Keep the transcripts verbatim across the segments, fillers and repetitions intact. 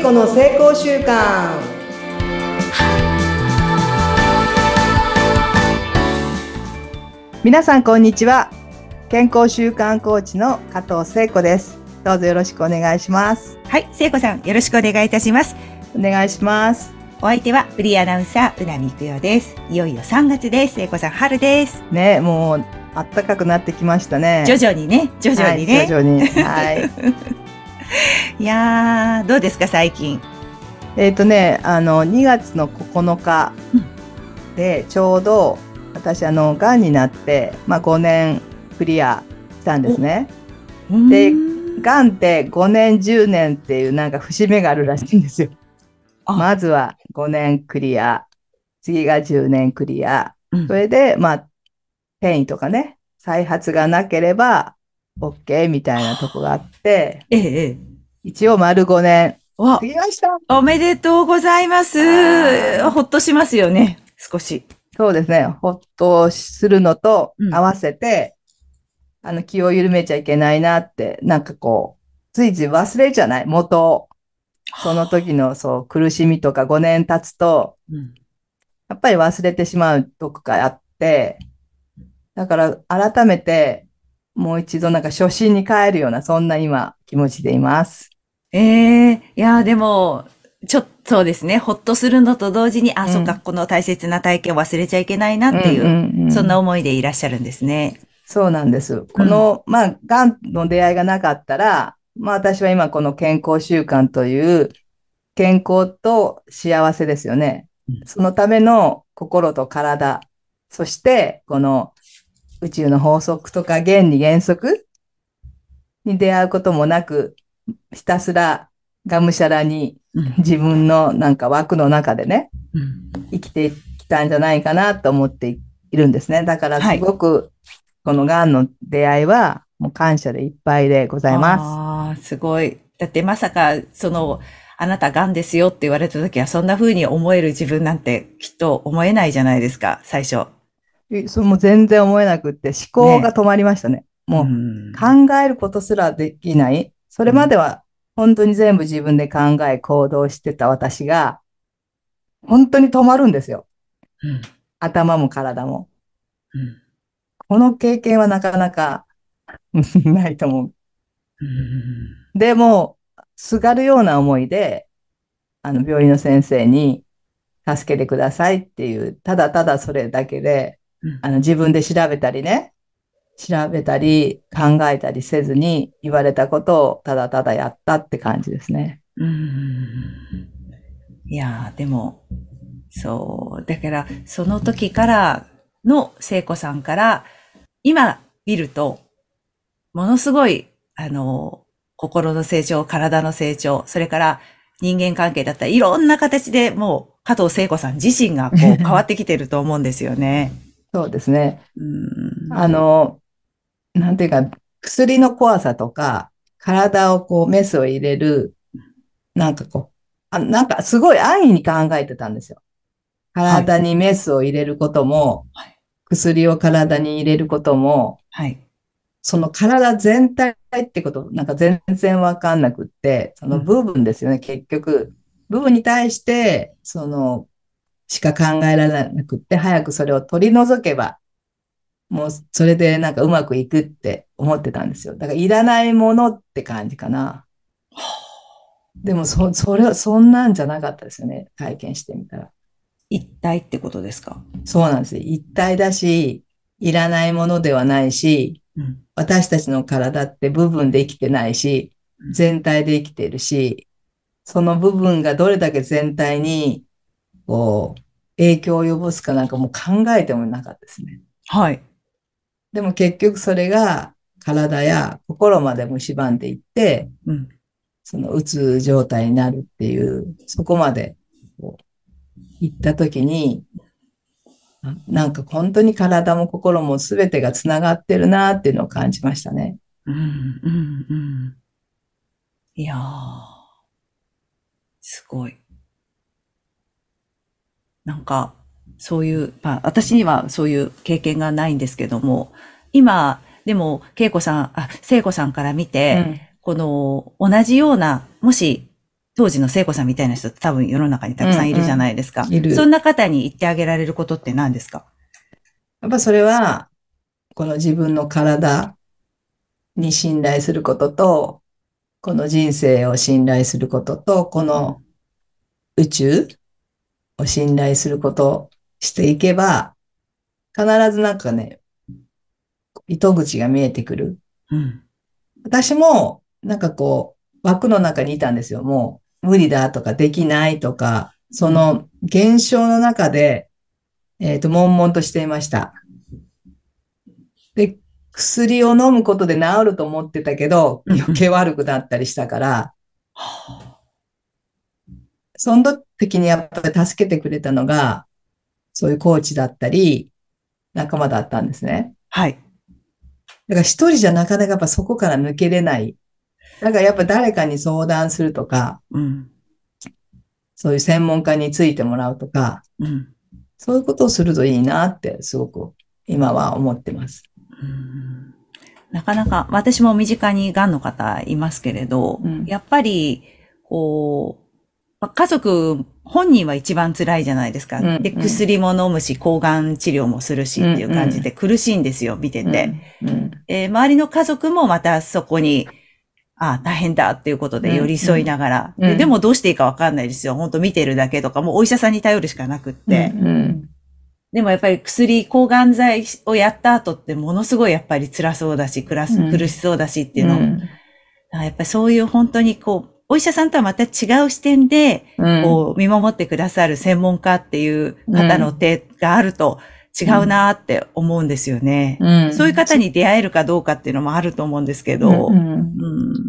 子の成功習慣。皆さんこんにちは。健康習慣コーチの加藤聖子です。どうぞよろしくお願いします。 はい、聖子さんよろしくお願いいたします。 お願いします。 お相手はフリーアナウンサー宇波育代です。いよいよさんがつです。聖子さん、春ですね。もう暖かくなってきましたね。 徐々にね徐々にね、 はい、徐々にはいいやーどうですか最近。 えっとねあのにがつのここのかでちょうど私あのがんになって、まあ、ごねんクリアしたんですね。でがんってごねんじゅうねんっていうなんか節目があるらしいんですよ。まずはごねんクリア、次がじゅうねんクリア、うん、それでまあ転移とかね再発がなければ OK みたいなとこがあって、 ええ、 一応丸ごねん過ぎました。 おめでとうございます。ほっとしますよね少し。 そうですね、ほっとするのと合わせて、うん、あの気を緩めちゃいけないなってなんかこうついつい忘れじゃない元を。その時のそう苦しみとかごねん経つと、うん、やっぱり忘れてしまうとこがあって、だから改めてもう一度なんか初心に帰るようなそんな今気持ちでいます。 ええー、いやでもちょっとそうですね、ほっとするのと同時に、あ、うん、そっか、この大切な体験を忘れちゃいけないなっていう、うんうんうん、そんな思いでいらっしゃるんですね。 そうなんです。この、うん、まあ、がんの出会いがなかったら、まあ私は今この健康習慣という健康と幸せですよね。そのための心と体、そしてこの宇宙の法則とか原理原則に出会うこともなく、ひたすらがむしゃらに自分のなんか枠の中でね、生きてきたんじゃないかなと思っているんですね。だからすごくこのがんの出会いはもう感謝でいっぱいでございます。 ああ、すごい。だってまさかそのあなたがんですよって言われた時はそんな風に思える自分なんてきっと思えないじゃないですか、最初。 それも全然思えなくって思考が止まりましたね。ね、もう考えることすらできない。それまでは本当に全部自分で考え行動してた私が本当に止まるんですよ。うん、頭も体も、うん。この経験はなかなかないと思う。うん、でも、すがるような思いで、あの病院の先生に助けてくださいっていう、ただただそれだけで、うん、あの自分で調べたりね、調べたり考えたりせずに言われたことをただただやったって感じですね。 うん、いやー、でも、そう、だからその時からの聖子さんから、今見ると、ものすごい、あの、心の成長、体の成長、それから人間関係だったり、いろんな形でもう加藤聖子さん自身がこう変わってきてると思うんですよね。 そうですね。うんあの、なんていうか、薬の怖さとか、体をこうメスを入れる、なんかこう、あなんかすごい安易に考えてたんですよ。体にメスを入れることも、はい、薬を体に入れることも、はい、その体全体ってこと、なんか全然わかんなくって、その部分ですよね、うん、結局。部分に対して、その、しか考えられなくって、早くそれを取り除けば、もうそれでなんかうまくいくって思ってたんですよ。だからいらないものって感じかな。でもそ、それは、そんなんじゃなかったですよね。体験してみたら。 一体ってことですか？ そうなんですよ。一体だし、いらないものではないし、うん、私たちの体って部分で生きてないし、全体で生きているし、その部分がどれだけ全体に、こう、影響を及ぼすかなんかもう考えてもなかったですね。 はい。 でも結局それが体や心まで蝕んでいって、うん、そのうつ状態になるっていう、そこまでこう行った時に、なんか本当に体も心も全てがつながってるなっていうのを感じましたね。うんうんうん、いやー、すごい。なんか、そういう、まあ、私にはそういう経験がないんですけども、今、でも、恵子さん、あ、聖子さんから見て、うん、この、同じような、もし、 当時の聖子さんみたいな人って多分世の中にたくさんいるじゃないですか。 うんうん、いる。 そんな方に言ってあげられることって何ですか？ やっぱそれは、この自分の体に信頼することと、この人生を信頼することと、この宇宙を信頼することをしていけば、必ずなんかね、糸口が見えてくる。 うん。 私も、なんかこう、枠の中にいたんですよ。もう、無理だとか、できないとか、その現象の中で、えっと、悶々としていました。で、薬を飲むことで治ると思ってたけど、 うん。 余計悪くなったりしたから、その時にやっぱり助けてくれたのが、そういうコーチだったり、仲間だったんですね。 はい。 だから一人じゃなかなかやっぱそこから抜けれない。だからやっぱ誰かに相談するとか、 うん。 そういう専門家についてもらうとか、 うん。 そういうことをするといいなってすごく今は思ってます。 うん、なかなか、私も身近に癌の方いますけれど、 うん、 やっぱり、こう、家族本人は一番辛いじゃないですか。 うん、 で、 うん、 薬も飲むし、抗がん治療もするしうん、 っていう感じで苦しいんですよ、見てうん、 て。 うん、 えー周りの家族もまたそこに、ああ、大変だっていうことで寄うん、 り添いながら。で、でうん、 もどうしていいかわかんないですよ。本当見てるだけとか、もうお医者さんに頼るしかなくっうん、 て。 うん、 でもやっぱり薬、抗がん剤をやった後ってものすごいやっぱり辛そうだし、苦しそうだしっていうのを、やっぱりそういう本当にこう、お医者さんとはまた違う視点で、こう、見守ってくださる専門家っていう方の手があると違うなって思うんですよね。 うん、 そういう方に出会えるかどうかっていうのもあると思うんですけうん、 ど、 うん、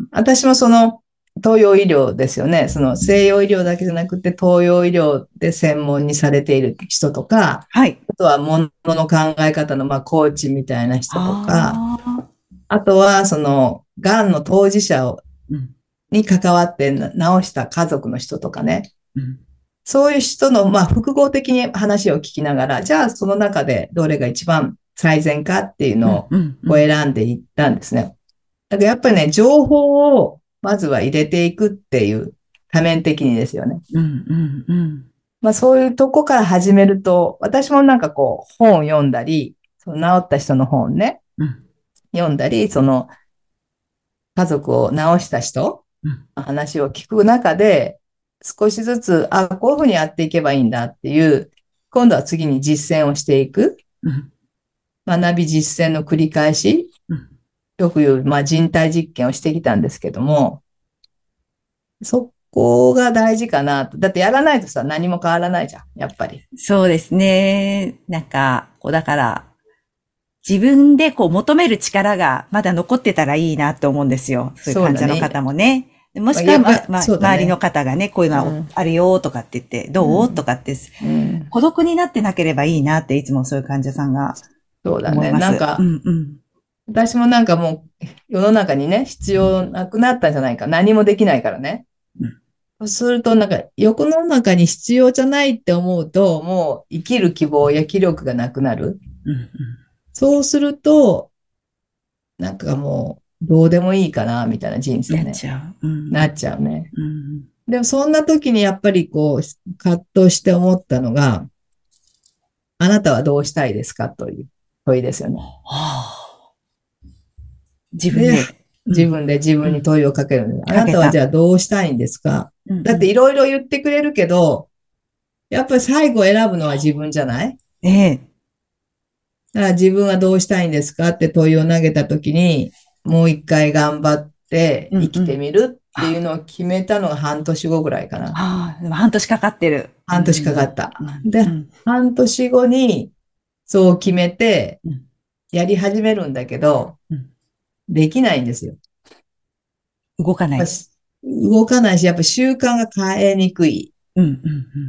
私もその東洋医療ですよね。その西洋医療だけじゃなくて東洋医療で専門にされている人とか、 はい。 あとは物の考え方のまあコーチみたいな人とか、 ああ。 あとはその癌の当事者をうん。 に関わって治した家族の人とかね。 うん。 そういう人の、まあ、複合的に話を聞きながら、じゃあその中でどれが一番最善かっていうのをうん。うん。 こう選んでいったんですね。だからやっぱりね、情報をまずは入れていくっていう多面的にですよね。 うん。うん。 まあそういうとこから始めると、私もなんかこう本を読んだり、その治った人の本ね、 うん。 読んだり、その家族を治した人、 うん。 話を聞く中で、少しずつ、あ、こういうふうにやっていけばいいんだっていう、今度は次に実践をしていく、 うん。 学び実践の繰り返し、 うん。 よく言う、まあ、人体実験をしてきたんですけども、そこが大事かなと。だってやらないとさ、何も変わらないじゃん、やっぱり。 そうですね。なんか、こうだから、自分でこう求める力がまだ残ってたらいいなと思うんですよ。そういうそう患者のだね。 方もね。もしくは、ま、 まあやっぱ、 ま、 そうだ周りのね。 方がね、こういうのはうん。 あるよとかって言って、どうとうん。 かって、 うん。 孤独になってなければいいなっていつもそういう患者さんがそうだね。 思います。うなんか、 んうん。 私もなんかもう、世の中にね、必要なくなったんじゃないか。何もできないからね。 うん。 そうすると、なんか、世の中に必要じゃないって思うと、もう生きる希望や気力がなくなる。 うん。 そうすると、なんかもう、どうでもいいかな、みたいな人生なっね。 ちゃう。うん。 なっちゃうね。 うん。 でも、そんな時にやっぱりこう、葛藤して思ったのが、あなたはどうしたいですかという問いですよね。 はあ、自分で、 で。うん。 自分で自分にうん。 問いをかけるんです。あかけた。 なたはじゃあどうしたいんですか？ うんだっていろいろ言ってくれるけど、やっぱり最後選ぶのは自分じゃない？ うん。ええ。 だから自分はどうしたいんですかって問いを投げたときに、もう一回頑張って生きてうんうん。 みるっていうあ、 のを決めたのが半年後ぐらいかな。 ああ、でも半年かかってる。う半年かかん。 った。 うん。うで、 ん。 半年後にそう決めてうん。 やり始めるんだけど、 うん。 できないんですよ。 動かない。 やっぱし動かないし、やっぱ習慣が変えにくい。 うん、うん、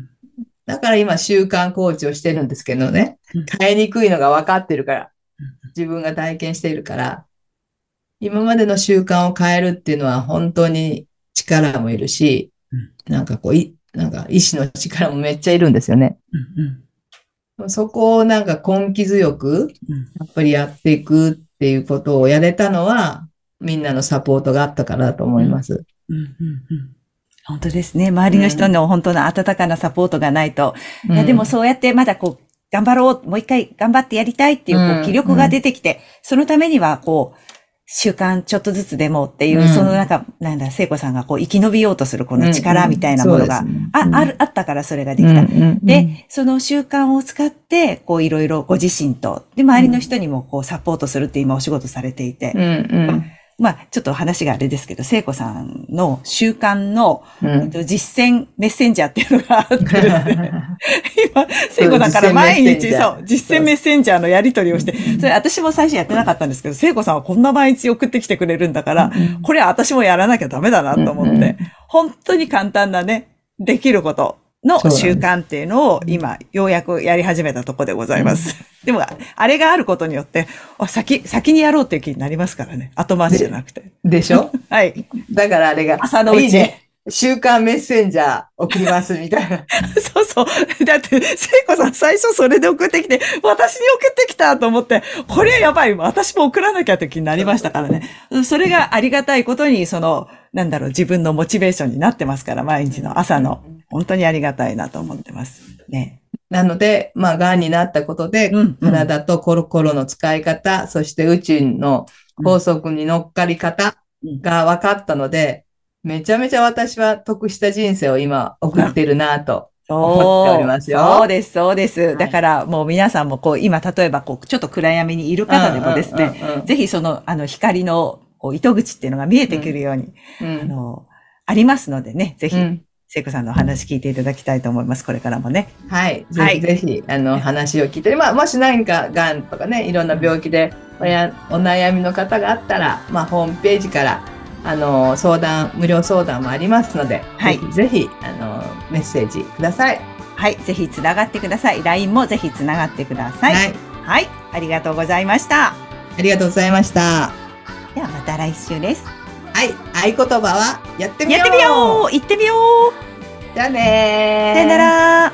だから今習慣コーチをしてるんですけどね。 うん。 変えにくいのが分かってるから。自分が体験しているから。今までの習慣を変えるっていうのは本当に力もいるし、 うん、 なんかこう、い、なんか意志の力もめっちゃいるんですよね。 うん、 そこをなんか根気強く、 うん、 やっぱりやっていくっていうことをやれたのは、みんなのサポートがあったからだと思うん、 います。 うん、うん。 本当ですね。周りの人の本当の温かなサポートがないと。 うん、 いや、でもそうやってまだこう、頑張ろう、もう一回頑張ってやりたいっていう、こう、気力が出てきて、うん、そのためには、こう、習慣ちょっとずつでもっていう、うん、そのなんか、なんだ、聖子さんがこう生き延びようとするこの力みたいなものが、うんうんね、あ、ある、あったからそれができた。うんうんうん、で、その習慣を使って、こういろいろご自身と、で、周りの人にもこうサポートするって今お仕事されていて、 うんうんまあ、ちょっと話があれですけど、聖子さんの習慣の、うん、実践メッセンジャーっていうのがあってですね。今、聖子さんから毎日、そう、実践メッセンジャーのやり取りをして、それ私も最初やってなかったんですけど、聖子さんはこんな毎日送ってきてくれるんだから、うん、これは私もやらなきゃダメだなと思って、うんうん、本当に簡単なね、できることの習慣っていうのを今、ようやくやり始めたところでございます。うん、でも、あれがあることによって、先、先にやろうっていう気になりますからね。後回しじゃなくて。 で, でしょはい。だからあれが、朝のうち。いいね。週刊メッセンジャー送りますみたいな。 そうそう。だって、聖子さん最初それで送ってきて、私に送ってきたと思って、これやばい、私も送らなきゃって気になりましたからね。それがありがたいことに、その、なんだろう、自分のモチベーションになってますから、毎日の朝の。本当にありがたいなと思ってますね。 なので、まあ、癌になったことで、うんうん、体とコロコロの使い方、そして宇宙の法則に乗っかり方が分かったので、めちゃめちゃ私は得した人生を今送ってるなと思っておりますよ。 そうです、そうです。だからもう皆さんもこう、今例えばこう、ちょっと暗闇にいる方でもですね、うんうんうんうん、ぜひその、あの、光のこう糸口っていうのが見えてくるように、うん、あの、ありますのでね、ぜひ、うん聖子さんのお話聞いていただきたいと思います。これからもね。 はい。ぜひぜひ、あの、話を聞いて、まあ、もし何か癌とかね、いろんな病気でおやお悩みの方があったら、まあ、ホームページから、あの、相談、無料相談もありますので、はい。ぜひ、ぜひあの、メッセージください。 はい。ぜひつながってください。ライン もぜひつながってください。はい。はい。ありがとうございました。 ありがとうございました。 ではまた来週です。 はい。合言葉は、やってみよう。 やってみよう。行ってみよう。 じゃあねー。 さよなら。